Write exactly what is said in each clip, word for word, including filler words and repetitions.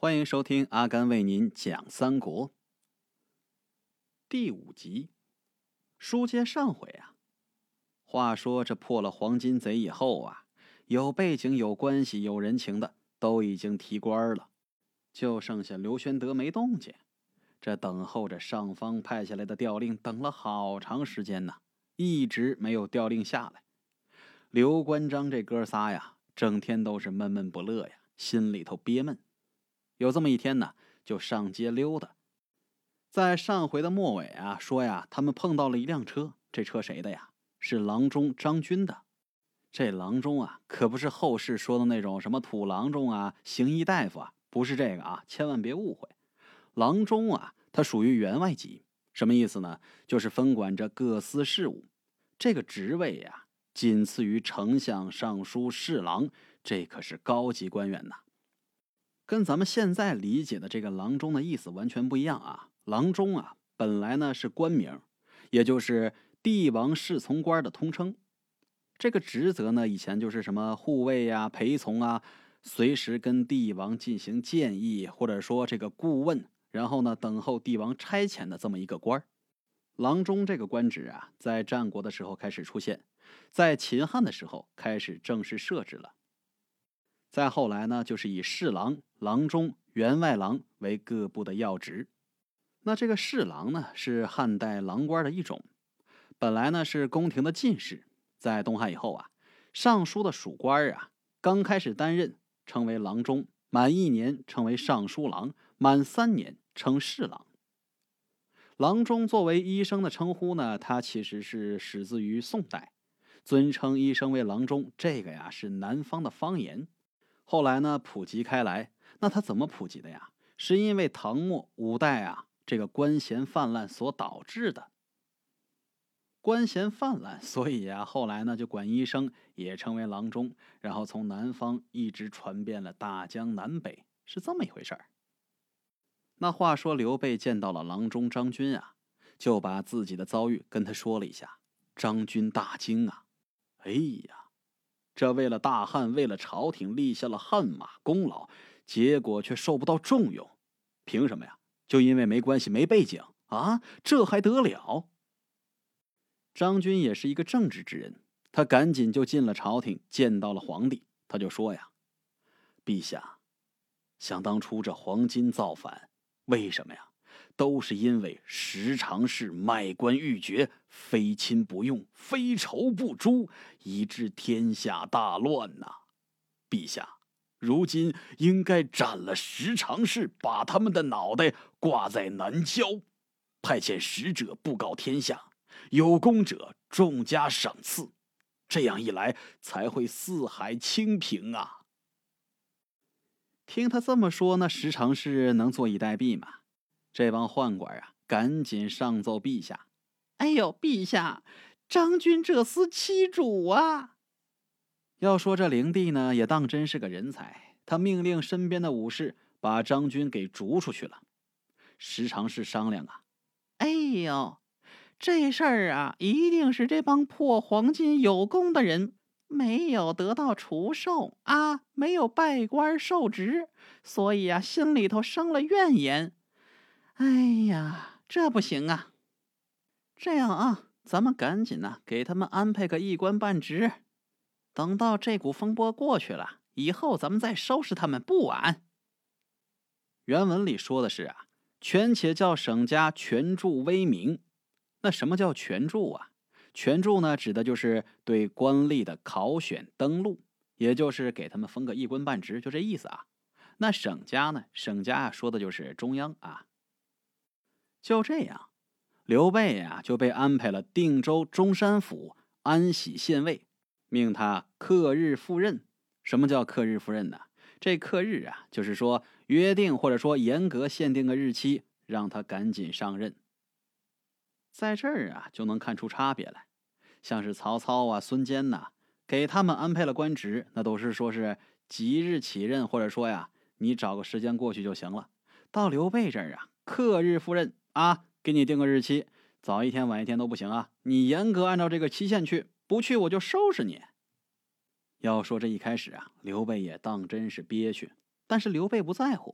欢迎收听阿甘为您讲三国第五集。书接上回啊，话说这破了黄金贼以后啊，有背景有关系有人情的都已经提官了，就剩下刘玄德没动静。这等候着上方派下来的调令等了好长时间呢，一直没有调令下来。刘关张这哥仨呀，整天都是闷闷不乐呀，心里头憋闷。有这么一天呢，就上街溜达。在上回的末尾啊，说呀，他们碰到了一辆车，这车谁的呀？是郎中张军的。这郎中啊，可不是后世说的那种什么土郎中啊、行医大夫啊，不是这个啊，千万别误会。郎中啊，他属于员外级，什么意思呢？就是分管着各司事务。这个职位呀，仅次于丞相、尚书、侍郎，这可是高级官员呐。跟咱们现在理解的这个郎中的意思完全不一样啊！郎中啊，本来呢是官名，也就是帝王侍从官的通称。这个职责呢，以前就是什么护卫呀、陪从啊，随时跟帝王进行建议，或者说这个顾问，然后呢等候帝王差遣的这么一个官。郎中这个官职啊，在战国的时候开始出现，在秦汉的时候开始正式设置了。再后来呢，就是以侍郎、郎中、员外郎为各部的要职。那这个侍郎呢，是汉代郎官的一种，本来呢是宫廷的进士，在东汉以后啊，尚书的属官啊，刚开始担任称为郎中，满一年称为尚书郎，满三年称侍郎。郎中作为医生的称呼呢，它其实是始自于宋代，尊称医生为郎中，这个呀是南方的方言。后来呢，普及开来。那它怎么普及的呀？是因为唐末五代啊，这个官衔泛滥所导致的。官衔泛滥，所以啊，后来呢就管医生也称为郎中，然后从南方一直传遍了大江南北，是这么一回事儿。那话说刘备见到了郎中张军啊，就把自己的遭遇跟他说了一下。张军大惊啊，哎呀！这为了大汉，为了朝廷立下了汗马功劳，结果却受不到重用，凭什么呀？就因为没关系没背景啊？这还得了？张军也是一个正直之人，他赶紧就进了朝廷，见到了皇帝。他就说呀，陛下，想当初这黄巾造反，为什么呀？都是因为十常侍卖官鬻爵，非亲不用，非仇不诛，以致天下大乱呐、啊！陛下，如今应该斩了十常侍，把他们的脑袋挂在南郊，派遣使者布告天下，有功者重加赏赐，这样一来才会四海清平啊！听他这么说，那十常侍能坐以待毙吗？这帮宦官啊，赶紧上奏陛下。哎呦，陛下，张军这厮欺主啊！要说这灵帝呢，也当真是个人才，他命令身边的武士把张军给逐出去了。十常侍商量啊，哎呦，这事儿啊，一定是这帮破黄金有功的人没有得到除授啊，没有拜官受职，所以啊，心里头生了怨言。哎呀，这不行啊！这样啊，咱们赶紧呢，给他们安排个一官半职，等到这股风波过去了，以后咱们再收拾他们不晚。原文里说的是啊，权且叫省家权助威名。那什么叫权助啊？权助呢，指的就是对官吏的考选登录，也就是给他们封个一官半职，就这意思啊。那省家呢，省家啊，说的就是中央啊。就这样，刘备啊就被安排了定州中山府安喜县尉，命他克日赴任。什么叫克日赴任呢？这克日啊，就是说约定或者说严格限定个日期，让他赶紧上任。在这儿啊，就能看出差别来。像是曹操啊、孙坚呐，给他们安排了官职，那都是说是即日起任，或者说呀，你找个时间过去就行了。到刘备这儿啊，克日赴任啊，给你定个日期，早一天晚一天都不行啊，你严格按照这个期限去，不去我就收拾你。要说这一开始啊，刘备也当真是憋屈，但是刘备不在乎，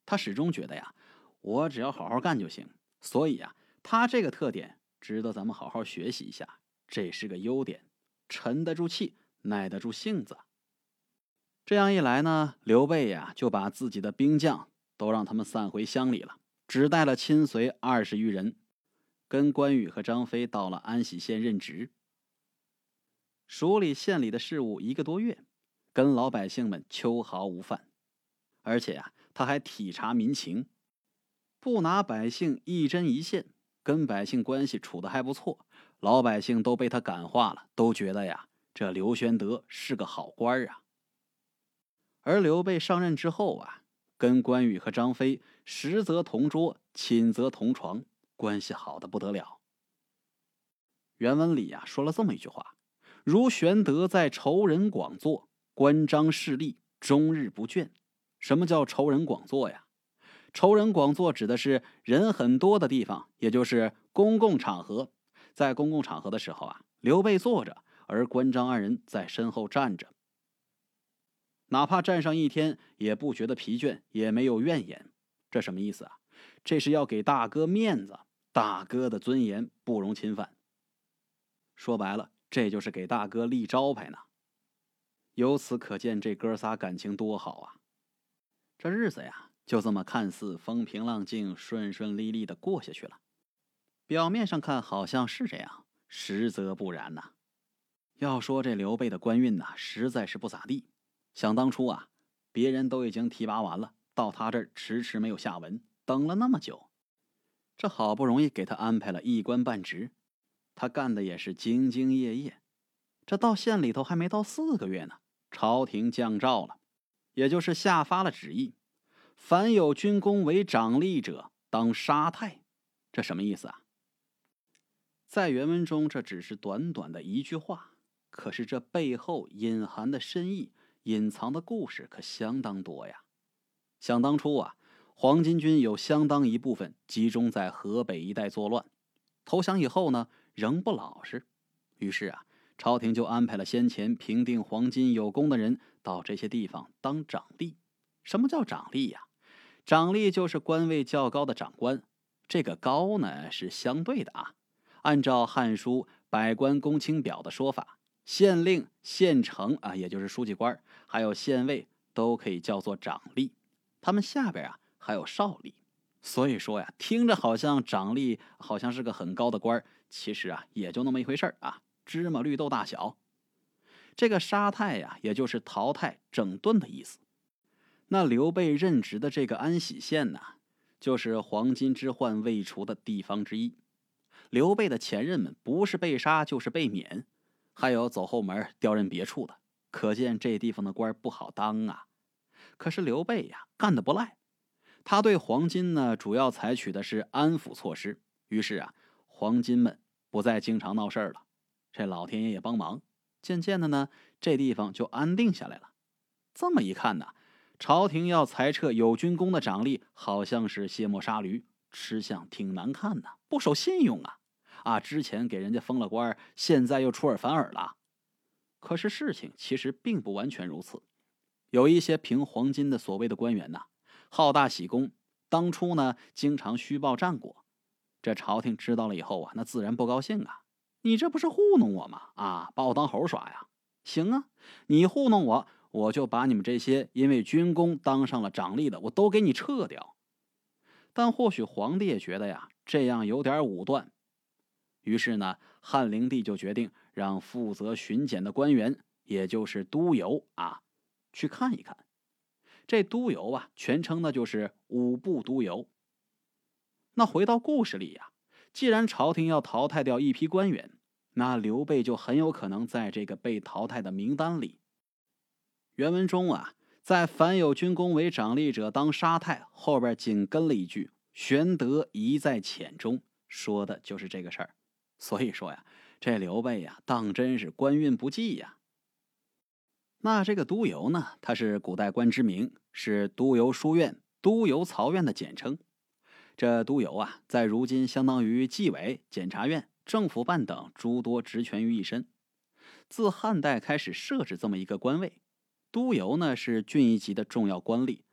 他始终觉得呀，我只要好好干就行。所以啊，他这个特点值得咱们好好学习一下，这是个优点，沉得住气，耐得住性子。这样一来呢，刘备呀就把自己的兵将都让他们散回乡里了，只带了亲随二十余人，跟关羽和张飞到了安喜县任职，署理县里的事务一个多月，跟老百姓们秋毫无犯。而且啊，他还体察民情，不拿百姓一针一线，跟百姓关系处得还不错，老百姓都被他感化了，都觉得呀，这刘玄德是个好官啊。而刘备上任之后啊，跟关羽和张飞食则同桌，寝则同床，关系好得不得了。原文里啊说了这么一句话：如玄德在仇人广作，关张势力，终日不倦。什么叫仇人广作呀？仇人广作指的是人很多的地方，也就是公共场合。在公共场合的时候啊，刘备坐着，而关张二人在身后站着，哪怕站上一天也不觉得疲倦，也没有怨言。这什么意思啊？这是要给大哥面子，大哥的尊严不容侵犯。说白了，这就是给大哥立招牌呢。由此可见，这哥仨感情多好啊！这日子呀，就这么看似风平浪静、顺顺利利的过下去了。表面上看好像是这样，实则不然呐。要说这刘备的官运呐，实在是不咋地。想当初啊，别人都已经提拔完了，到他这儿迟迟没有下文，等了那么久，这好不容易给他安排了一官半职，他干的也是兢兢业业。这到县里头还没到四个月呢，朝廷降诏了，也就是下发了旨意，凡有军功为长吏者，当杀太。这什么意思啊？在原文中，这只是短短的一句话，可是这背后隐含的深意、隐藏的故事可相当多呀。想当初啊，黄巾军有相当一部分集中在河北一带作乱，投降以后呢，仍不老实，于是啊，朝廷就安排了先前平定黄巾有功的人到这些地方当长吏。什么叫长吏呀？长吏就是官位较高的长官，这个高呢是相对的啊。按照《汉书·百官公卿表》的说法，县令、县丞啊，也就是书记官，还有县尉都可以叫做长吏。他们下边啊还有少吏。所以说呀，听着好像长吏好像是个很高的官，其实啊也就那么一回事啊，芝麻绿豆大小。这个杀太呀，也就是淘汰、整顿的意思。那刘备任职的这个安喜县呢，就是黄巾之患未除的地方之一。刘备的前任们不是被杀就是被免，还有走后门调任别处的，可见这地方的官不好当啊。可是刘备呀，干得不赖，他对黄巾呢主要采取的是安抚措施，于是啊，黄巾们不再经常闹事了。这老天爷也帮忙，渐渐的呢，这地方就安定下来了。这么一看呢，朝廷要裁撤有军功的长吏，好像是卸磨杀驴，吃相挺难看的，不守信用啊！啊，之前给人家封了官，现在又出尔反尔了。可是事情其实并不完全如此，有一些凭黄巾的所谓的官员呐，好大喜功，当初呢经常虚报战果。这朝廷知道了以后啊，那自然不高兴啊！你这不是糊弄我吗？啊，把我当猴耍呀？行啊，你糊弄我，我就把你们这些因为军功当上了长吏的，我都给你撤掉。但或许皇帝也觉得呀，这样有点武断。于是呢，汉灵帝就决定让负责巡检的官员，也就是督邮啊，去看一看。这督邮啊，全称呢就是五部督邮。那回到故事里呀，既然朝廷要淘汰掉一批官员，那刘备就很有可能在这个被淘汰的名单里。原文中啊，在凡有军功为长吏者当杀太后边紧跟了一句玄德宜在浅中，说的就是这个事儿。所以说呀，这刘备呀，当真是官运不济呀。那这个督邮呢，它是古代官之名，是督邮书院、督邮曹院的简称。这督邮啊，在如今相当于纪委、检察院、政府办等诸多职权于一身。自汉代开始设置这么一个官位，督邮呢是郡一级的重要官吏，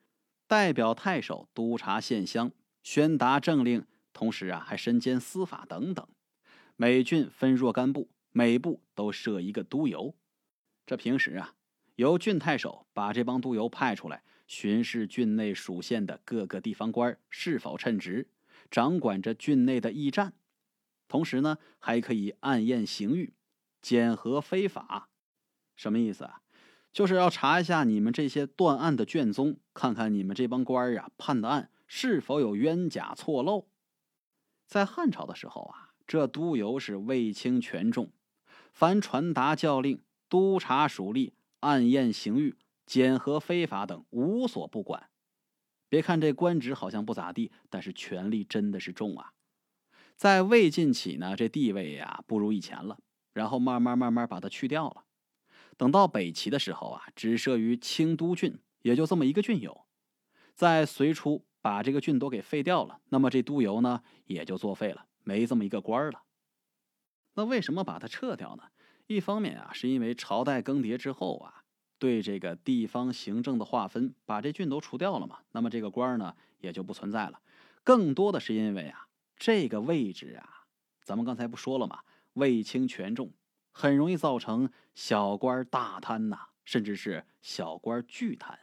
代表太守督察县乡，宣达政令，同时啊还身兼司法等等。每郡分若干部，每部都设一个督邮。这平时啊，由郡太守把这帮督邮派出来，巡视郡内属县的各个地方官是否称职，掌管着郡内的驿站。同时呢，还可以按验刑狱，检核非法。什么意思啊？就是要查一下你们这些断案的卷宗，看看你们这帮官儿啊判的案是否有冤假错漏。在汉朝的时候啊，这督邮是位轻权重，凡传达教令、督察属吏、按验刑狱、检核非法等无所不管。别看这官职好像不咋地，但是权力真的是重啊。在魏晋起呢，这地位呀不如以前了，然后慢慢慢慢把它去掉了。等到北齐的时候啊，只设于清都郡，也就这么一个郡有。在隋初把这个郡都给废掉了，那么这督邮呢也就作废了，没这么一个官了。那为什么把它撤掉呢？一方面啊，是因为朝代更迭之后啊，对这个地方行政的划分，把这郡都除掉了嘛，那么这个官呢也就不存在了。更多的是因为啊，这个位置啊，咱们刚才不说了嘛，位轻权重，很容易造成小官大贪呐，甚至是小官巨贪。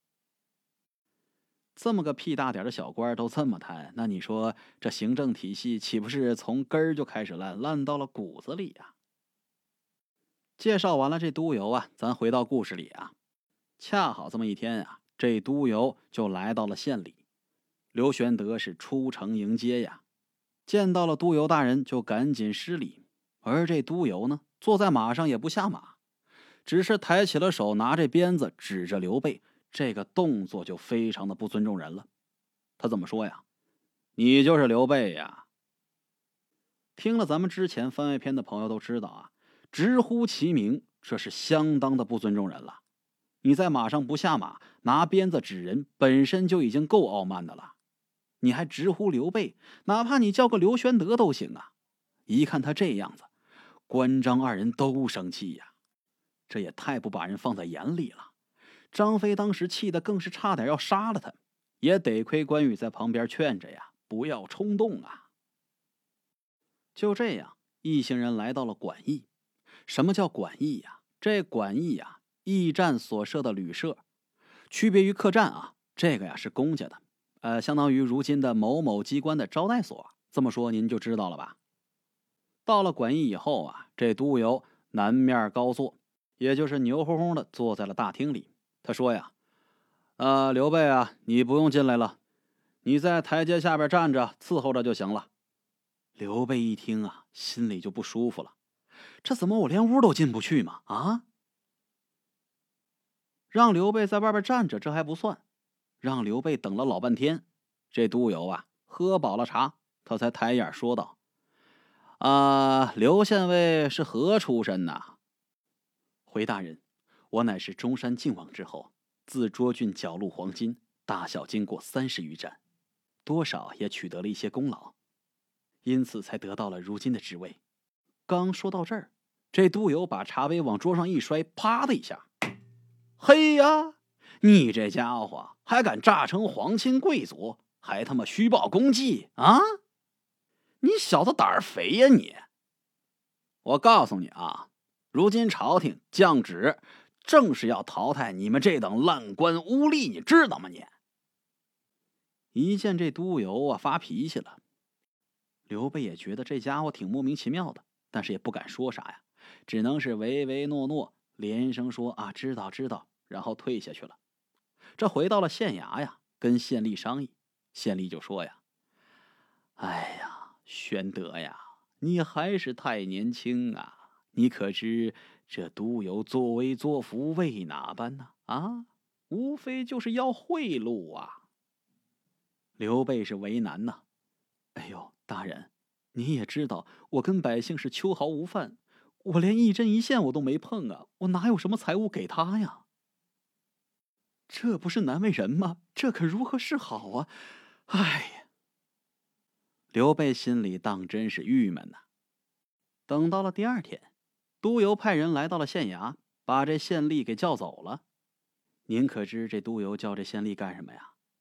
这么个屁大点的小官都这么贪，那你说这行政体系岂不是从根儿就开始烂，烂到了骨子里啊？介绍完了这督邮啊，咱回到故事里啊。恰好这么一天啊，这督邮就来到了县里。刘玄德是出城迎接呀，见到了督邮大人就赶紧施礼。而这督邮呢，坐在马上也不下马，只是抬起了手，拿着鞭子指着刘备，这个动作就非常的不尊重人了。他怎么说呀？你就是刘备呀。听了咱们之前番外篇的朋友都知道啊，直呼其名，这是相当的不尊重人了。你在马上不下马，拿鞭子指人，本身就已经够傲慢的了，你还直呼刘备，哪怕你叫个刘玄德都行啊。一看他这样子，关张二人都生气呀，这也太不把人放在眼里了。张飞当时气得更是差点要杀了他，也得亏关羽在旁边劝着呀，不要冲动啊。就这样，一行人来到了馆驿。什么叫馆驿呀？这馆驿呀，驿站所设的旅社，区别于客栈啊，这个呀是公家的，呃，相当于如今的某某机关的招待所。这么说您就知道了吧？到了馆驿以后啊，这督邮南面高坐，也就是牛哄哄的坐在了大厅里。他说呀：“呃，刘备啊，你不用进来了，你在台阶下边站着伺候着就行了。”刘备一听啊，心里就不舒服了，这怎么我连屋都进不去吗？啊！让刘备在外边站着，这还不算，让刘备等了老半天。这督邮啊，喝饱了茶，他才抬眼说道：“啊，刘县尉是何出身呐？”回大人，我乃是中山靖王之后，自涿郡缴入黄金，大小经过三十余战，多少也取得了一些功劳，因此才得到了如今的职位。刚说到这儿，这督邮把茶杯往桌上一摔，啪的一下，嘿呀，你这家伙还敢诈称皇亲贵族，还他妈虚报功绩啊！你小子胆儿肥呀你！我告诉你啊，如今朝廷降旨，正是要淘汰你们这等烂官污吏，你知道吗你？一见这督邮啊发脾气了，刘备也觉得这家伙挺莫名其妙的，但是也不敢说啥呀，只能是唯唯诺诺，连声说啊知道知道，然后退下去了。这回到了县衙呀，跟县吏商议，县吏就说呀：“哎呀，玄德呀，你还是太年轻啊！你可知这督邮作威作福为哪般呢？啊，无非就是要贿赂啊！”刘备是为难呐。哎呦，大人，你也知道，我跟百姓是秋毫无犯，我连一针一线我都没碰啊，我哪有什么财物给他呀？这不是难为人吗？这可如何是好啊！哎呀，刘备心里当真是郁闷呐。等到了第二天，督邮派人来到了县衙，把这县吏给叫走了。您可知这督邮叫这县吏干什么呀？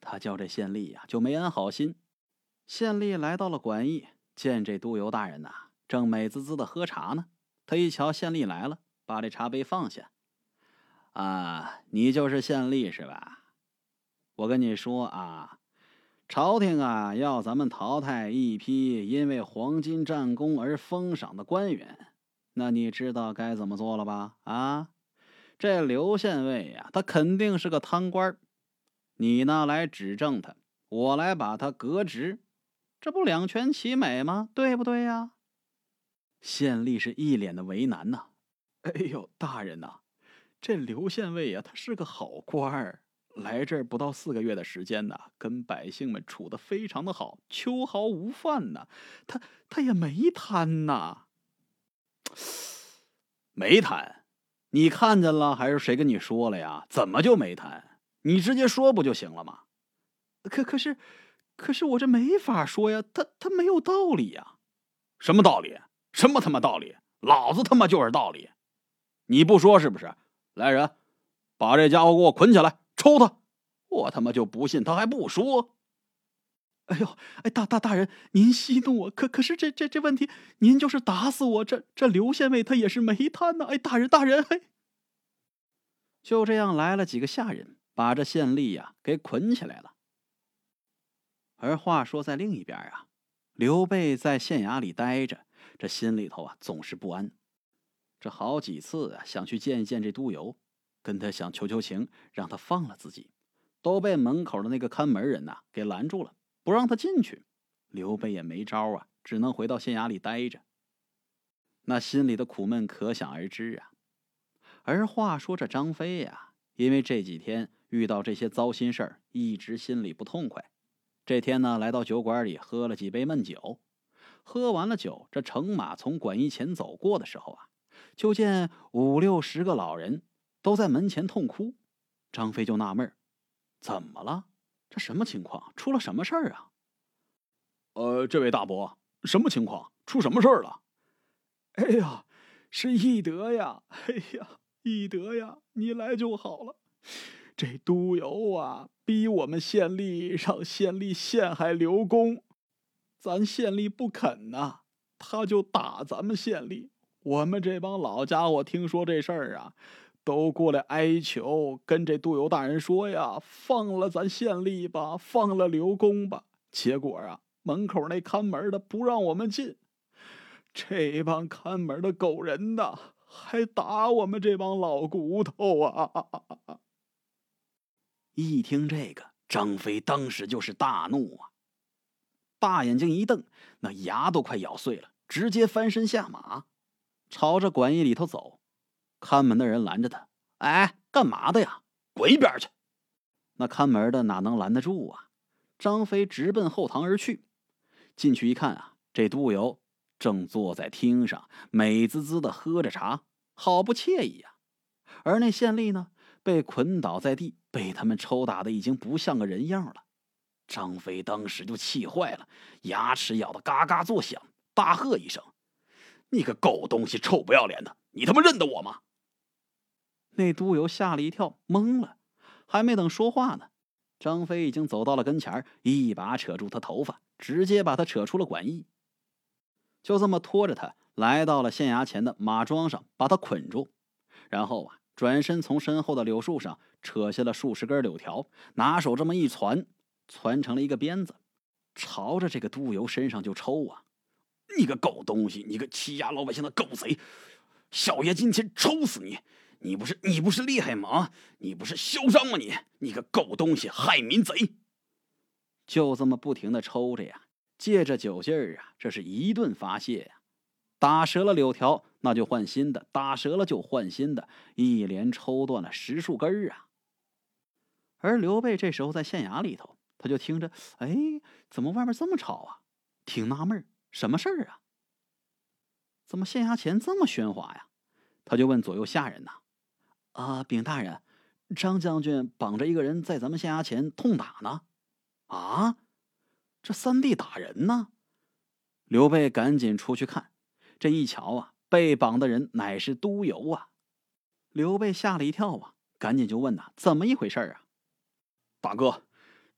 他叫这县吏呀、啊、就没安好心。县吏来到了馆驿，见这督邮大人呐、啊、正美滋滋的喝茶呢。他一瞧县吏来了，把这茶杯放下。啊，你就是县吏是吧？我跟你说啊，朝廷啊要咱们淘汰一批因为黄金战功而封赏的官员，那你知道该怎么做了吧？啊，这刘县尉呀、啊，他肯定是个贪官，你呢来指证他，我来把他革职，这不两全其美吗？对不对呀？县吏是一脸的为难呐、啊。哎呦，大人呐、啊，这刘县尉呀、啊，他是个好官儿，来这儿不到四个月的时间呐、啊，跟百姓们处得非常的好，秋毫无犯呐、啊。他他也没贪呐、啊，没贪？你看见了还是谁跟你说了呀？怎么就没贪？你直接说不就行了吗？可可是，可是我这没法说呀，他他没有道理呀。什么道理？什么他妈道理？老子他妈就是道理！你不说是不是？来人，把这家伙给我捆起来，抽他！我他妈就不信他还不说。哎呦，哎大大大人，您息怒我，可可是这这这问题，您就是打死我，这这刘县尉他也是没贪呐！哎，大人大人，嘿！就这样来了几个下人，把这县吏呀给捆起来了。而话说在另一边啊，刘备在县衙里待着，这心里头啊总是不安。这好几次啊想去见一见这督邮，跟他想求求情，让他放了自己，都被门口的那个看门人呐、啊、给拦住了，不让他进去。刘备也没招啊，只能回到县衙里待着。那心里的苦闷可想而知啊。而话说这张飞呀、啊，因为这几天遇到这些糟心事儿，一直心里不痛快。这天呢，来到酒馆里喝了几杯闷酒。喝完了酒，这程马从馆驿前走过的时候啊，就见五六十个老人都在门前痛哭。张飞就纳闷，怎么了？这什么情况？出了什么事儿啊？呃，这位大伯，什么情况？出什么事儿了？哎呀，是义德呀！哎呀，义德呀，你来就好了。这督邮啊，逼我们县吏让县吏陷害刘公，咱县吏不肯呐、啊，他就打咱们县吏。我们这帮老家伙听说这事儿啊，都过来哀求，跟这督邮大人说呀，放了咱县吏吧，放了刘公吧。结果啊，门口那看门的不让我们进，这帮看门的狗人呐，还打我们这帮老骨头啊！一听这个，张飞当时就是大怒啊，大眼睛一瞪，那牙都快咬碎了，直接翻身下马，朝着馆驿里头走。看门的人拦着他：“哎，干嘛的呀？滚一边去！”那看门的哪能拦得住啊？张飞直奔后堂而去。进去一看啊，这督邮正坐在厅上，美滋滋的喝着茶，好不惬意呀、啊。而那县吏呢，被捆倒在地，被他们抽打的已经不像个人样了。张飞当时就气坏了，牙齿咬得嘎嘎作响，大喝一声：“你个狗东西，臭不要脸的，你他妈认得我吗？”那督邮吓了一跳，懵了，还没等说话呢，张飞已经走到了跟前，一把扯住他头发，直接把他扯出了馆驿。就这么拖着他来到了县衙前的马桩上，把他捆住，然后啊，转身从身后的柳树上扯下了数十根柳条，拿手这么一攒，攒成了一个鞭子，朝着这个督邮身上就抽啊！你个狗东西，你个欺压老百姓的狗贼，小爷今天抽死你！你不是你不是厉害吗？你不是嚣张吗？你你个狗东西，害民贼！就这么不停的抽着呀，借着酒劲儿啊，这是一顿发泄呀。打折了柳条，那就换新的；打折了就换新的，一连抽断了十数根啊！而刘备这时候在县衙里头，他就听着，哎，怎么外面这么吵啊？挺纳闷，什么事儿啊？怎么县衙前这么喧哗呀？他就问左右下人呐：“啊，禀大人，张将军绑着一个人在咱们县衙前痛打呢。”啊，这三弟打人呢？刘备赶紧出去看，这一瞧啊，被绑的人乃是督邮啊！刘备吓了一跳啊，赶紧就问呐：“怎么一回事啊？”大哥，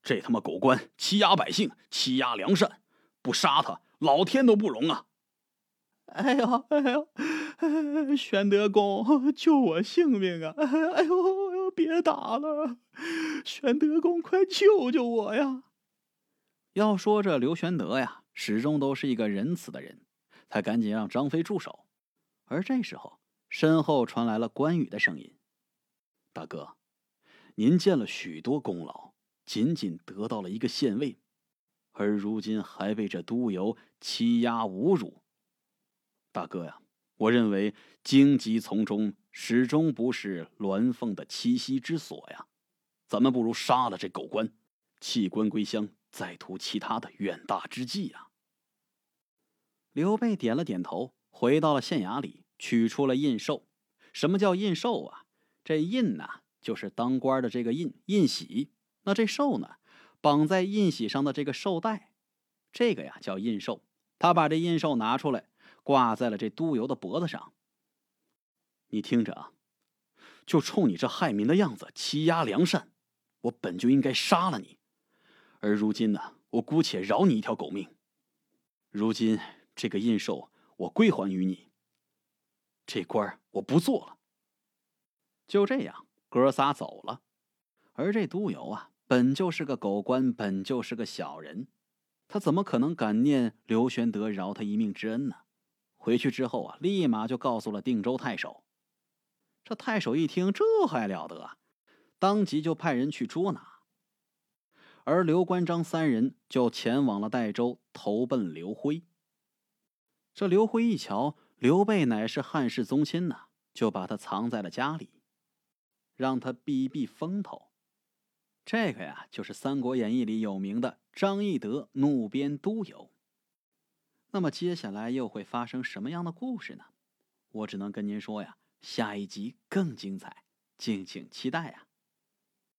这他妈狗官欺压百姓，欺压良善，不杀他，老天都不容啊！ 哎呦哎呦，玄德公救我性命啊！哎呦，别打了，玄德公快救救我呀！ 要说这刘玄德呀，始终都是一个仁慈的人，他赶紧让张飞住手。而这时候，身后传来了关羽的声音：“大哥，您建了许多功劳，仅仅得到了一个县尉，而如今还被这督邮欺压侮辱。大哥呀，我认为荆棘丛中始终不是鸾凤的栖息之所呀，咱们不如杀了这狗官，弃官归乡，再图其他的远大之计呀。”刘备点了点头，回到了县衙里，取出了印绶。什么叫印绶啊？这印呐、啊，就是当官的这个印，印玺。那这绶呢，绑在印玺上的这个绶带，这个呀叫印绶。他把这印绶拿出来，挂在了这督邮的脖子上。你听着啊，就冲你这害民的样子，欺压良善，我本就应该杀了你。而如今呢，我姑且饶你一条狗命。如今这个印绶我归还于你，这官我不做了。就这样，哥仨走了。而这督邮啊，本就是个狗官，本就是个小人，他怎么可能感念刘玄德饶他一命之恩呢？回去之后啊，立马就告诉了定州太守。这太守一听，这还了得啊，当即就派人去捉拿。而刘关张三人就前往了代州，投奔刘辉。这刘辉一瞧，刘备乃是汉室宗亲呐、啊，就把他藏在了家里，让他避一避风头。这个呀，就是《三国演义》里有名的张翼德怒鞭督邮。那么接下来又会发生什么样的故事呢？我只能跟您说呀，下一集更精彩，敬请期待呀。